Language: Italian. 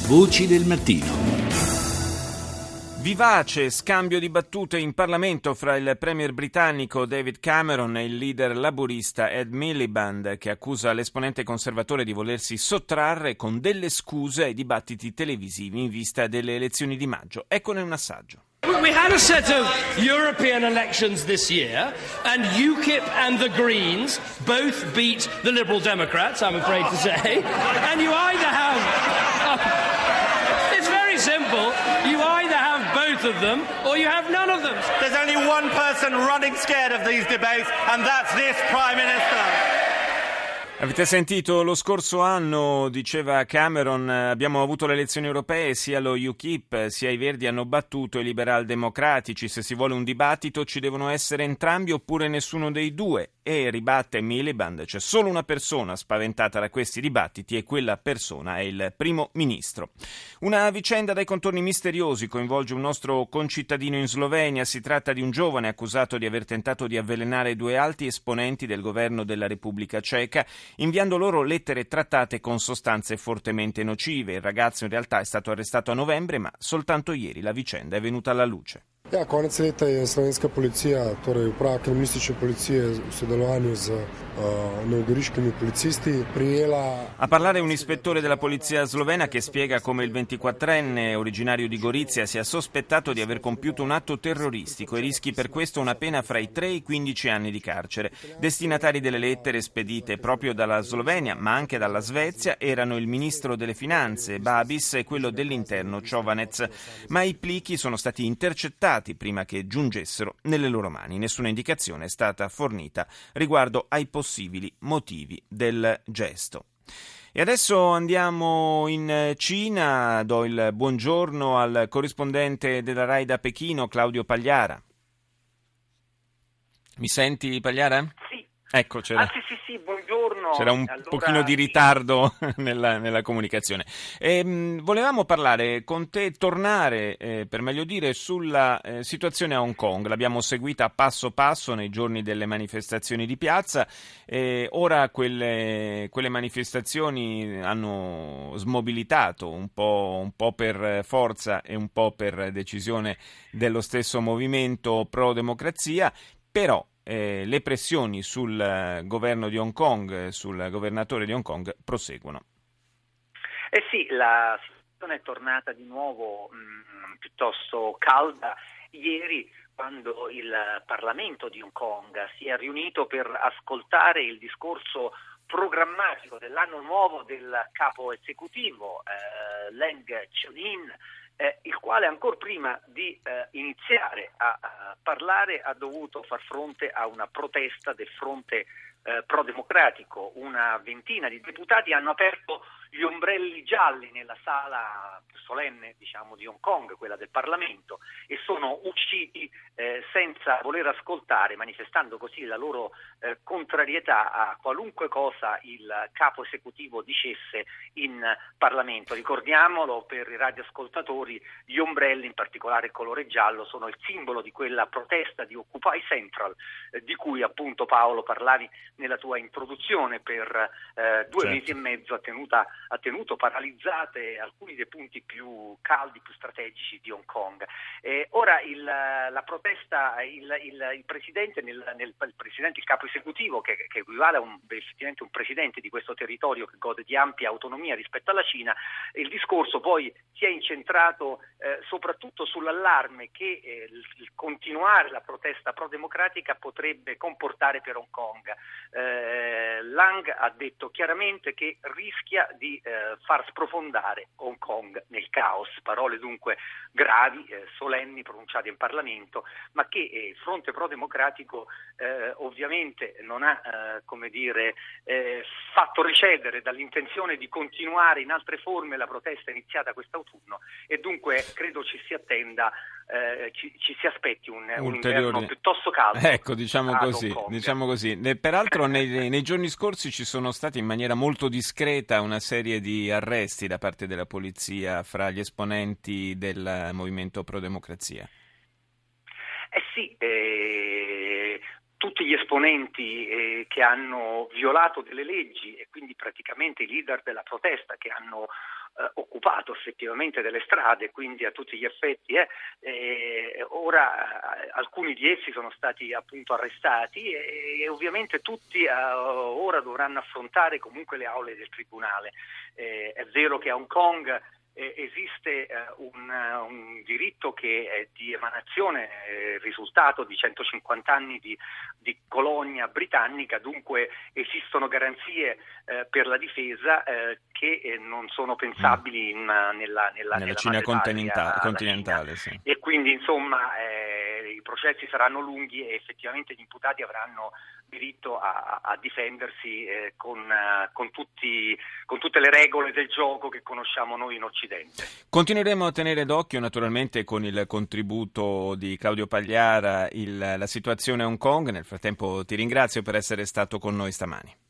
Voci del mattino. Vivace scambio di battute in Parlamento fra il premier britannico David Cameron e il leader laburista Ed Miliband, che accusa l'esponente conservatore di volersi sottrarre con delle scuse ai dibattiti televisivi in vista delle elezioni di maggio. Eccone un assaggio. We had a set of European elections this year, and UKIP and the Greens both beat the Liberal Democrats, I'm afraid to say. And you either have... it's very simple. You either have both of them, or you have none of them. There's only one person running scared of these debates, and that's this Prime Minister. Avete sentito lo scorso anno, diceva Cameron, abbiamo avuto le elezioni europee, sia lo UKIP sia i Verdi hanno battuto i liberal democratici, se si vuole un dibattito ci devono essere entrambi oppure nessuno dei due. E ribatte Miliband, c'è solo una persona spaventata da questi dibattiti e quella persona è il primo ministro. Una vicenda dai contorni misteriosi coinvolge un nostro concittadino in Slovenia. Si tratta di un giovane accusato di aver tentato di avvelenare due alti esponenti del governo della Repubblica Ceca, inviando loro lettere trattate con sostanze fortemente nocive. Il ragazzo in realtà è stato arrestato a novembre, ma soltanto ieri la vicenda è venuta alla luce. Ja, konec leta je slovenska policija, torej uprava kriminalistične policije v sodelovanju z novogoriškimi policisti prijela... A parlare un ispettore della polizia slovena che spiega come il 24enne originario di Gorizia sia sospettato di aver compiuto un atto terroristico e rischi per questo una pena fra i 3 e i 15 anni di carcere. Destinatari delle lettere spedite proprio dalla Slovenia, ma anche dalla Svezia, erano il ministro delle finanze Babis e quello dell'interno Chovanec, ma i plichi sono stati intercettati prima che giungessero nelle loro mani. Nessuna indicazione è stata fornita riguardo ai possibili motivi del gesto. E adesso andiamo in Cina, do il buongiorno al corrispondente della RAI da Pechino, Claudio Pagliara. Mi senti, Pagliara? Sì. Ecco, c'era. Sì, buongiorno. C'era un pochino di ritardo nella comunicazione. Volevamo parlare con te, tornare, per meglio dire, sulla situazione a Hong Kong. L'abbiamo seguita passo passo nei giorni delle manifestazioni di piazza. Ora quelle manifestazioni hanno smobilitato un po' per forza e un po' per decisione dello stesso movimento pro-democrazia, però le pressioni sul governo di Hong Kong, sul governatore di Hong Kong, proseguono. Sì, la situazione è tornata di nuovo piuttosto calda ieri, quando il Parlamento di Hong Kong si è riunito per ascoltare il discorso programmatico dell'anno nuovo del capo esecutivo Leung Chun-in, il quale ancor prima di iniziare a parlare ha dovuto far fronte a una protesta del fronte pro-democratico. Una ventina di deputati hanno aperto gli ombrelli gialli nella sala più solenne, diciamo, di Hong Kong, quella del Parlamento, e sono usciti senza voler ascoltare, manifestando così la loro contrarietà a qualunque cosa il capo esecutivo dicesse in Parlamento. Ricordiamolo per i radioascoltatori, gli ombrelli, in particolare il colore giallo, sono il simbolo di quella protesta di Occupy Central, di cui appunto, Paolo, parlavi nella tua introduzione. Per 2 mesi e mezzo ha tenuto paralizzate alcuni dei punti più caldi, più strategici di Hong Kong. Ora la protesta, il presidente, il capo esecutivo, che equivale a effettivamente un presidente di questo territorio che gode di ampia autonomia rispetto alla Cina, il discorso poi si è incentrato soprattutto sull'allarme che il continuare la protesta pro-democratica potrebbe comportare per Hong Kong. Lang ha detto chiaramente che rischia di far sprofondare Hong Kong nel caos, parole dunque gravi, solenni, pronunciate in Parlamento, ma che il fronte pro-democratico ovviamente non ha fatto recedere dall'intenzione di continuare in altre forme la protesta iniziata quest'autunno, e dunque credo ci si attenda, ci si aspetti un inverno piuttosto caldo. Ecco, diciamo così. Peraltro nei giorni scorsi ci sono stati in maniera molto discreta una serie di arresti da parte della polizia fra gli esponenti del movimento pro-democrazia. Sì, tutti gli esponenti che hanno violato delle leggi, e quindi praticamente i leader della protesta che hanno occupato bloccato effettivamente delle strade, quindi a tutti gli effetti ora alcuni di essi sono stati appunto arrestati e ovviamente tutti ora dovranno affrontare comunque le aule del tribunale. È vero che a Hong Kong esiste un diritto che è di emanazione, risultato di 150 anni di colonia britannica, dunque esistono garanzie per la difesa che non sono pensabili nella Cina continentale. Sì. E quindi insomma i processi saranno lunghi e effettivamente gli imputati avranno diritto a difendersi con tutte le regole del gioco che conosciamo noi in Occidente. Continueremo a tenere d'occhio naturalmente con il contributo di Claudio Pagliara la situazione a Hong Kong. Nel frattempo ti ringrazio per essere stato con noi stamani.